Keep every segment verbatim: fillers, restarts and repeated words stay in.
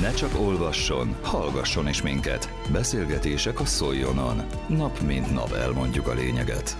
Ne csak olvasson, hallgasson is minket. Beszélgetések a Szoljonon. Nap mint nap elmondjuk a lényeget.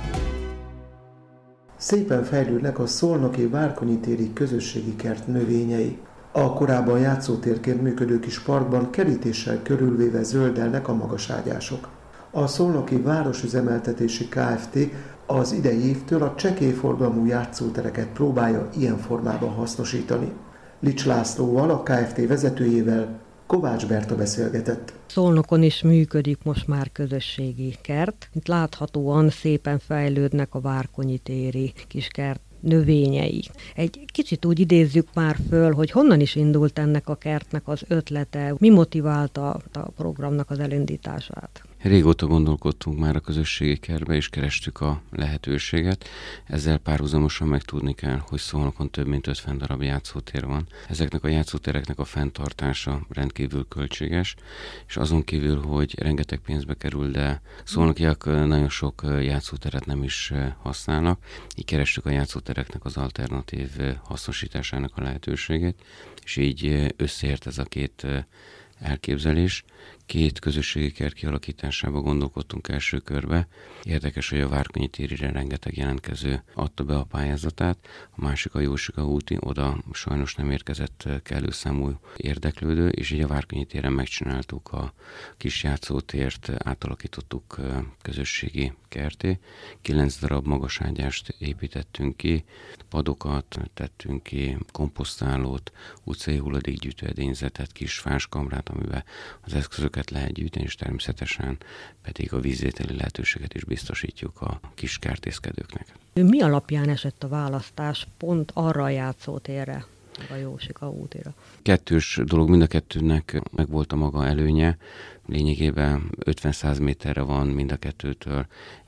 Szépen fejlődnek a szolnoki Várkonyi téri közösségi kert növényei. A korábban játszótérként működő kis parkban kerítéssel körülvéve zöldelnek a magaságyások. A Szolnoki Városüzemeltetési Kft. Az idei évtől a csekélyforgalmú játszótereket próbálja ilyen formában hasznosítani. Lics Lászlóval, a Kft. Vezetőjével Kovács Berta beszélgetett. Szolnokon is működik most már közösségi kert. Itt láthatóan szépen fejlődnek a Várkonyi téri kiskert növényei. Egy kicsit úgy idézzük már föl, hogy honnan is indult ennek a kertnek az ötlete, mi motiválta a programnak az elindítását. Régóta gondolkodtunk már a közösségi kertbe, és kerestük a lehetőséget. Ezzel párhuzamosan megtudni kell, hogy Szolnokon több mint ötven darab játszótér van. Ezeknek a játszótereknek a fenntartása rendkívül költséges, és azon kívül, hogy rengeteg pénzbe kerül, de szolnokiak nagyon sok játszóteret nem is használnak. Így kerestük a játszótereknek az alternatív hasznosításának a lehetőségét, és így összeért ez a két elképzelés. Két közösségi kert kialakításába gondolkodtunk első körbe. Érdekes, hogy a Várkonyi térire rengeteg jelentkező adta be a pályázatát. A másik a Jósika úti, oda sajnos nem érkezett kellő számú érdeklődő, és így a Várkonyi téren megcsináltuk a kis játszótért, átalakítottuk közösségi kerté. Kilenc darab magaságyást építettünk ki, padokat tettünk ki, komposztálót, utcai hulladékgyűjtő edényzetet, kis fáskamrát, amiben az eszközöket lehet gyűjteni, és természetesen pedig a vízvételi lehetőséget is biztosítjuk a kis kertészkedőknek. Mi alapján esett a választás pont arra a játszótérre, a Jósika útira? Kettős dolog, mind a kettőnek megvolt a maga előnye. Lényegében ötven-száz méterre van mind a kettőtől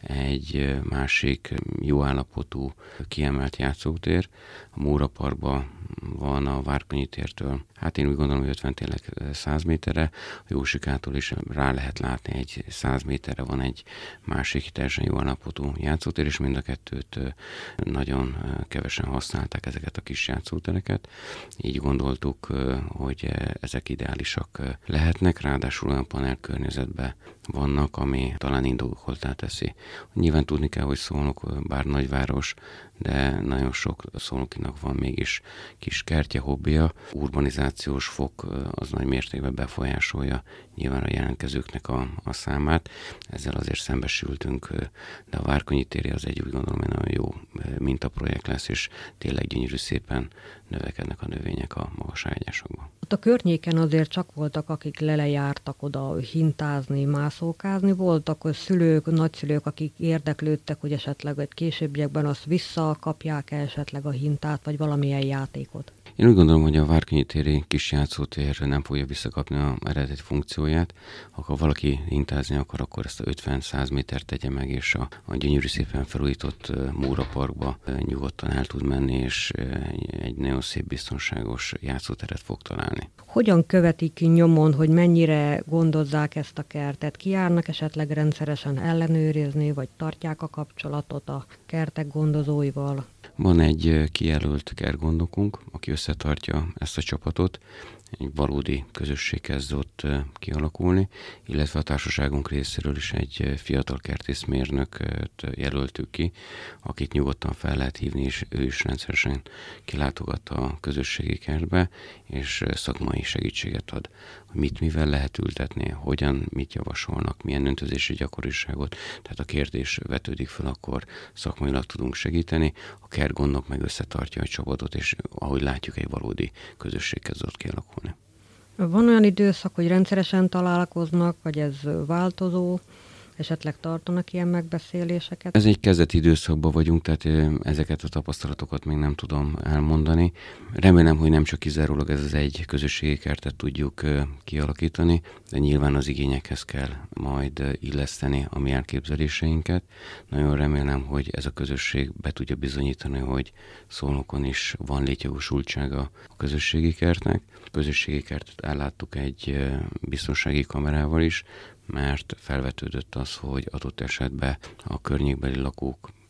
egy másik jó állapotú kiemelt játszótér. A Móra Parkban van a Várkonyi tértől, hát én úgy gondolom, hogy ötven tényleg száz méterre, a Jósikától is rá lehet látni, egy száz méterre van egy másik teljesen jó állapotú játszótér, és mind a kettőt nagyon kevesen használták, ezeket a kis játszótereket. Így gondoltuk, hogy ezek ideálisak lehetnek, ráadásul olyan panel környezetben vannak, ami talán indokoltá teszi. Nyilván tudni kell, hogy Szolnok bár nagyváros, de nagyon sok szolnokinak van mégis kis kertje, hobbija. Urbanizációs fok az nagy mértékben befolyásolja nyilván a jelentkezőknek a, a számát. Ezzel azért szembesültünk, de a Várkonyi téri az egy úgy gondolom, hogy nagyon jó mintaprojekt lesz, és tényleg gyönyörű szépen növekednek a növények a magaságyásokban. Ott a környéken azért csak voltak, akik lelejártak oda hintázni, mászókázni. Voltak a szülők, nagyszülők, akik érdeklődtek, hogy esetleg egy későbbiekben azt visszakapják-e esetleg a hintát, vagy valamilyen játékot. Én úgy gondolom, hogy a Várkonyi téri kis játszótér nem fogja visszakapni az eredeti funkcióját. Ha valaki hintázni akar, akkor ezt a ötven-száz métert tegye meg, és a, a gyönyörű szépen felújított Móra Parkba nyugodtan el tud menni, és egy nagyon szép, biztonságos játszóteret fog találni. Hogyan követik nyomon, hogy mennyire gondozzák ezt a kertet? Kijárnak esetleg rendszeresen ellenőrizni, vagy tartják a kapcsolatot a kertek gondozóival? Van egy kijelölt kertgondnokunk, aki összetartja ezt a csapatot. Egy valódi közösség kezdett kialakulni, illetve a társaságunk részéről is egy fiatal kertészmérnököt jelöltük ki, akit nyugodtan fel lehet hívni, és ő is rendszeresen kilátogat a közösségi kertbe, és szakmai segítséget ad. Mit mivel lehet ültetni, hogyan, mit javasolnak, milyen öntözési gyakoriságot, tehát a kérdés vetődik fel, akkor szakmailag tudunk segíteni, a kertgondnok meg összetartja a csapatot, és ahogy látjuk, egy valódi közösség kezdett kialakulni. Van olyan időszak, hogy rendszeresen találkoznak, vagy ez változó? Esetleg tartanak ilyen megbeszéléseket? Ez egy kezdeti időszakban vagyunk, tehát ezeket a tapasztalatokat még nem tudom elmondani. Remélem, hogy nem csak kizárólag ez az egy közösségi kertet tudjuk kialakítani, de nyilván az igényekhez kell majd illeszteni a mi elképzeléseinket. Nagyon remélem, hogy ez a közösség be tudja bizonyítani, hogy Szolnokon is van létjogosultsága a közösségi kertnek. A közösségi kertet elláttuk egy biztonsági kamerával is, mert felvetődött az, hogy adott esetben a környékbeli lakók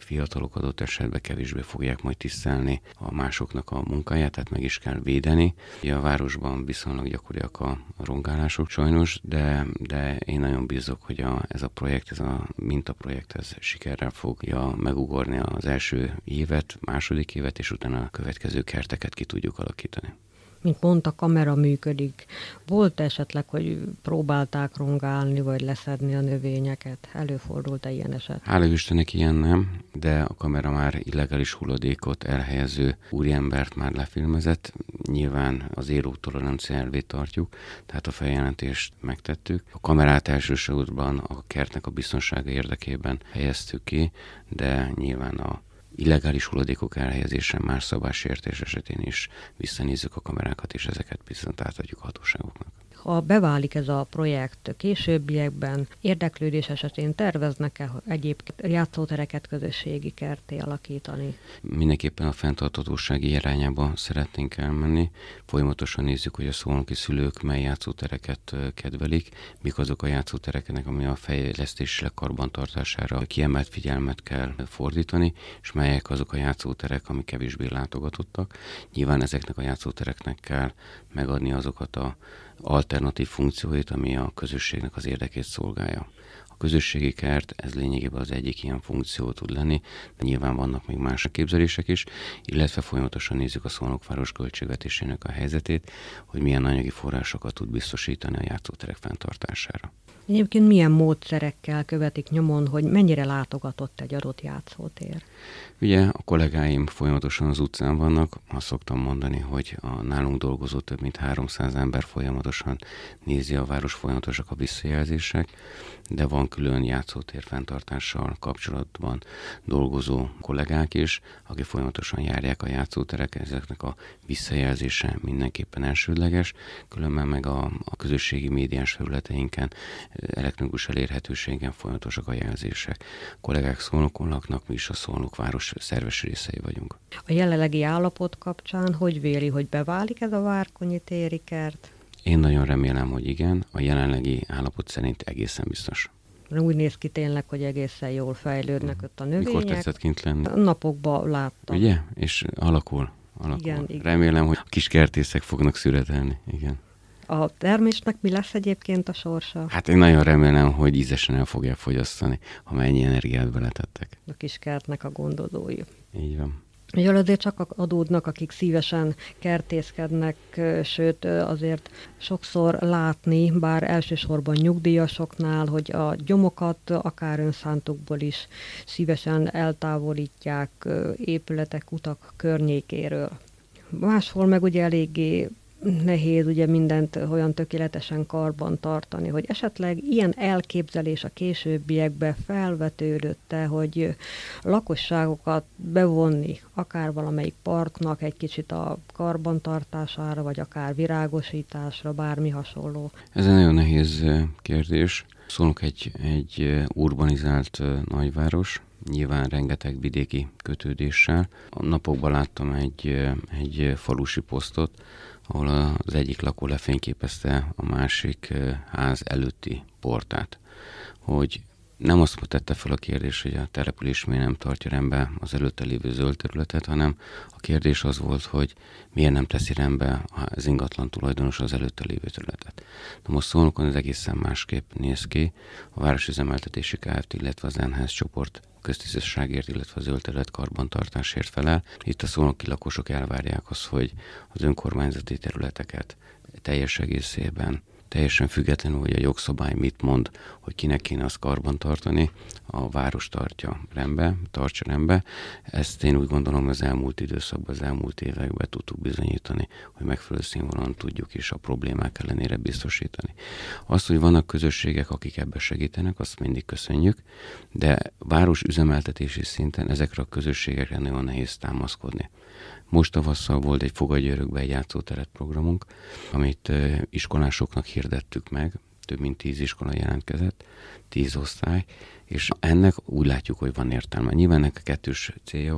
fiatalok adott esetben kevésbé fogják majd tisztelni a másoknak a munkáját, tehát meg is kell védeni. Ugye a városban viszonylag gyakoriak a rongálások sajnos, de, de én nagyon bízok, hogy a, ez a projekt, ez a mintaprojekt, ez sikerrel fogja megugorni az első évet, második évet, és utána a következő kerteket ki tudjuk alakítani. Mint mondta, kamera működik. Volt esetleg, hogy próbálták rongálni, vagy leszedni a növényeket? Előfordult-e ilyen eset? Hála Istennek ilyen nem, de a kamera már illegális hulladékot elhelyező úriembert már lefilmezett. Nyilván az élő tolerancia elvét tartjuk, tehát a feljelentést megtettük. A kamerát elsősorban a kertnek a biztonsága érdekében helyeztük ki, de nyilván a illegális hulladékok elhelyezése, más szabálysértés esetén is visszanézzük a kamerákat, és ezeket viszont átadjuk a hatóságoknak. Ha beválik ez a projekt későbbiekben, érdeklődés esetén terveznek-e egyébként játszótereket közösségi kertté alakítani? Mindenképpen a fenntarthatósági irányába szeretnénk elmenni. Folyamatosan nézzük, hogy a szolnoki szülők mely játszótereket kedvelik, mik azok a játszótereknek, ami a fejlesztés karbantartására kiemelt figyelmet kell fordítani, és melyek azok a játszóterek, amik kevésbé látogatottak. Nyilván ezeknek a játszótereknek kell megadni azokat a alternatív funkcióit, ami a közösségnek az érdekét szolgálja. A közösségi kert, ez lényegében az egyik ilyen funkció tud lenni, de nyilván vannak még más képzelések is, illetve folyamatosan nézzük a Szolnokváros költségvetésének a helyzetét, hogy milyen anyagi forrásokat tud biztosítani a játszóterek fenntartására. Egyébként milyen módszerekkel követik nyomon, hogy mennyire látogatott egy adott játszótér? Ugye a kollégáim folyamatosan az utcán vannak, azt szoktam mondani, hogy a nálunk dolgozó több mint háromszáz ember folyamatosan nézi a város, folyamatosak a visszajelzések, de van külön játszótér fenntartással kapcsolatban dolgozó kollégák is, akik folyamatosan járják a játszóterek, ezeknek a visszajelzése mindenképpen elsődleges, különben meg a, a közösségi médiás felületeinken, elektronikus elérhetőségen folyamatosak a jelzések. A kollégák Szolnokon laknak, mi is a Szolnokváros szerves részei vagyunk. A jelenlegi állapot kapcsán hogy véli, hogy beválik ez a Várkonyi téri kert? Én nagyon remélem, hogy igen, a jelenlegi állapot szerint egészen biztos. Úgy néz ki tényleg, hogy egészen jól fejlődnek ott a növények. Mikor tetszett kint lenni? Napokban láttam. Ugye? És alakul. alakul. Igen, igen. Remélem, hogy a kis kertészek fognak születelni. Igen. A termésnek mi lesz egyébként a sorsa? Hát én nagyon remélem, hogy ízesen el fogják fogyasztani, ha mennyi energiát beletettek. A kis kertnek a gondozói. Így van. Ugye azért csak adódnak, akik szívesen kertészkednek, sőt azért sokszor látni, bár elsősorban nyugdíjasoknál, hogy a gyomokat akár önszántukból is szívesen eltávolítják épületek, utak környékéről. Máshol meg ugye eléggé nehéz ugye mindent olyan tökéletesen karban tartani, hogy esetleg ilyen elképzelés a későbbiekben felvetődött-e, hogy lakosságokat bevonni akár valamelyik parknak egy kicsit a karbantartására, vagy akár virágosításra, bármi hasonló. Ez egy nagyon nehéz kérdés. Szolnok egy, egy urbanizált nagyváros, nyilván rengeteg vidéki kötődéssel. A napokban láttam egy, egy falusi posztot, ahol az egyik lakó lefényképezte a másik ház előtti portát, hogy nem azt tette fel a kérdés, hogy a település miért nem tartja rendbe az előtte lévő zöld területet, hanem a kérdés az volt, hogy miért nem teszi rendbe az ingatlan tulajdonos az előtte lévő területet. Na most Szolnokon ez egészen másképp néz ki. A Városüzemeltetési Kft., illetve az en há es csoport köztisztaságért, illetve a zöld terület karbantartásért felel. Itt a szolnoki lakosok elvárják azt, hogy az önkormányzati területeket teljes egészében, teljesen függetlenül, hogy a jogszabály mit mond, hogy kinek kéne azt karbantartani, a város tartja rendbe, tartsa rendbe. Ezt én úgy gondolom, az elmúlt időszakban, az elmúlt években tudtuk bizonyítani, hogy megfelelő színvonalon tudjuk is a problémák ellenére biztosítani. Azt, hogy vannak közösségek, akik ebben segítenek, azt mindig köszönjük, de város üzemeltetési szinten ezekre a közösségekre nagyon nehéz támaszkodni. Most tavasszal volt egy Fogadj Örökbe egy játszóteret programunk, amit iskolásoknak hirdettük meg, több mint tíz iskola jelentkezett, tíz osztály, és ennek úgy látjuk, hogy van értelme. Nyilván ennek kettős célja van.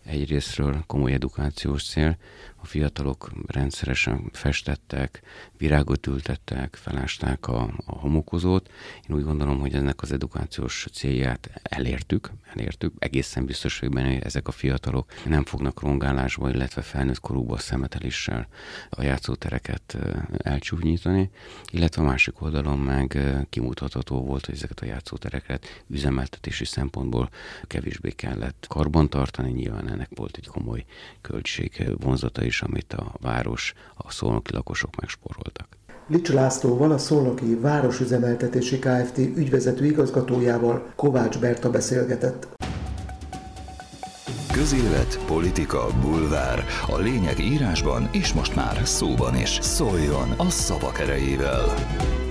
Egyrésztről komoly edukációs cél, a fiatalok rendszeresen festettek, virágot ültettek, felásták a, a homokozót. Én úgy gondolom, hogy ennek az edukációs célját elértük, elértük. Egészen biztos vagyok benne, hogy ezek a fiatalok nem fognak rongálásba, illetve felnőtt korúba szemeteléssel a játszótereket elcsúnyítani, illetve a másik oldalon meg kimutatható volt, hogy ezeket a játszótereket üzemeltetési szempontból kevésbé kellett karbantartani. Nyilván ennek volt egy komoly költségvonzata is, amit a város, a szolnoki lakosok megspóroltak. Lics Lászlóval, a Szolnoki Városüzemeltetési Kft. Ügyvezető igazgatójával Kovács Berta beszélgetett. Közélet, politika, bulvár. A lényeg írásban és most már szóban is. Szóljon a szavak erejével!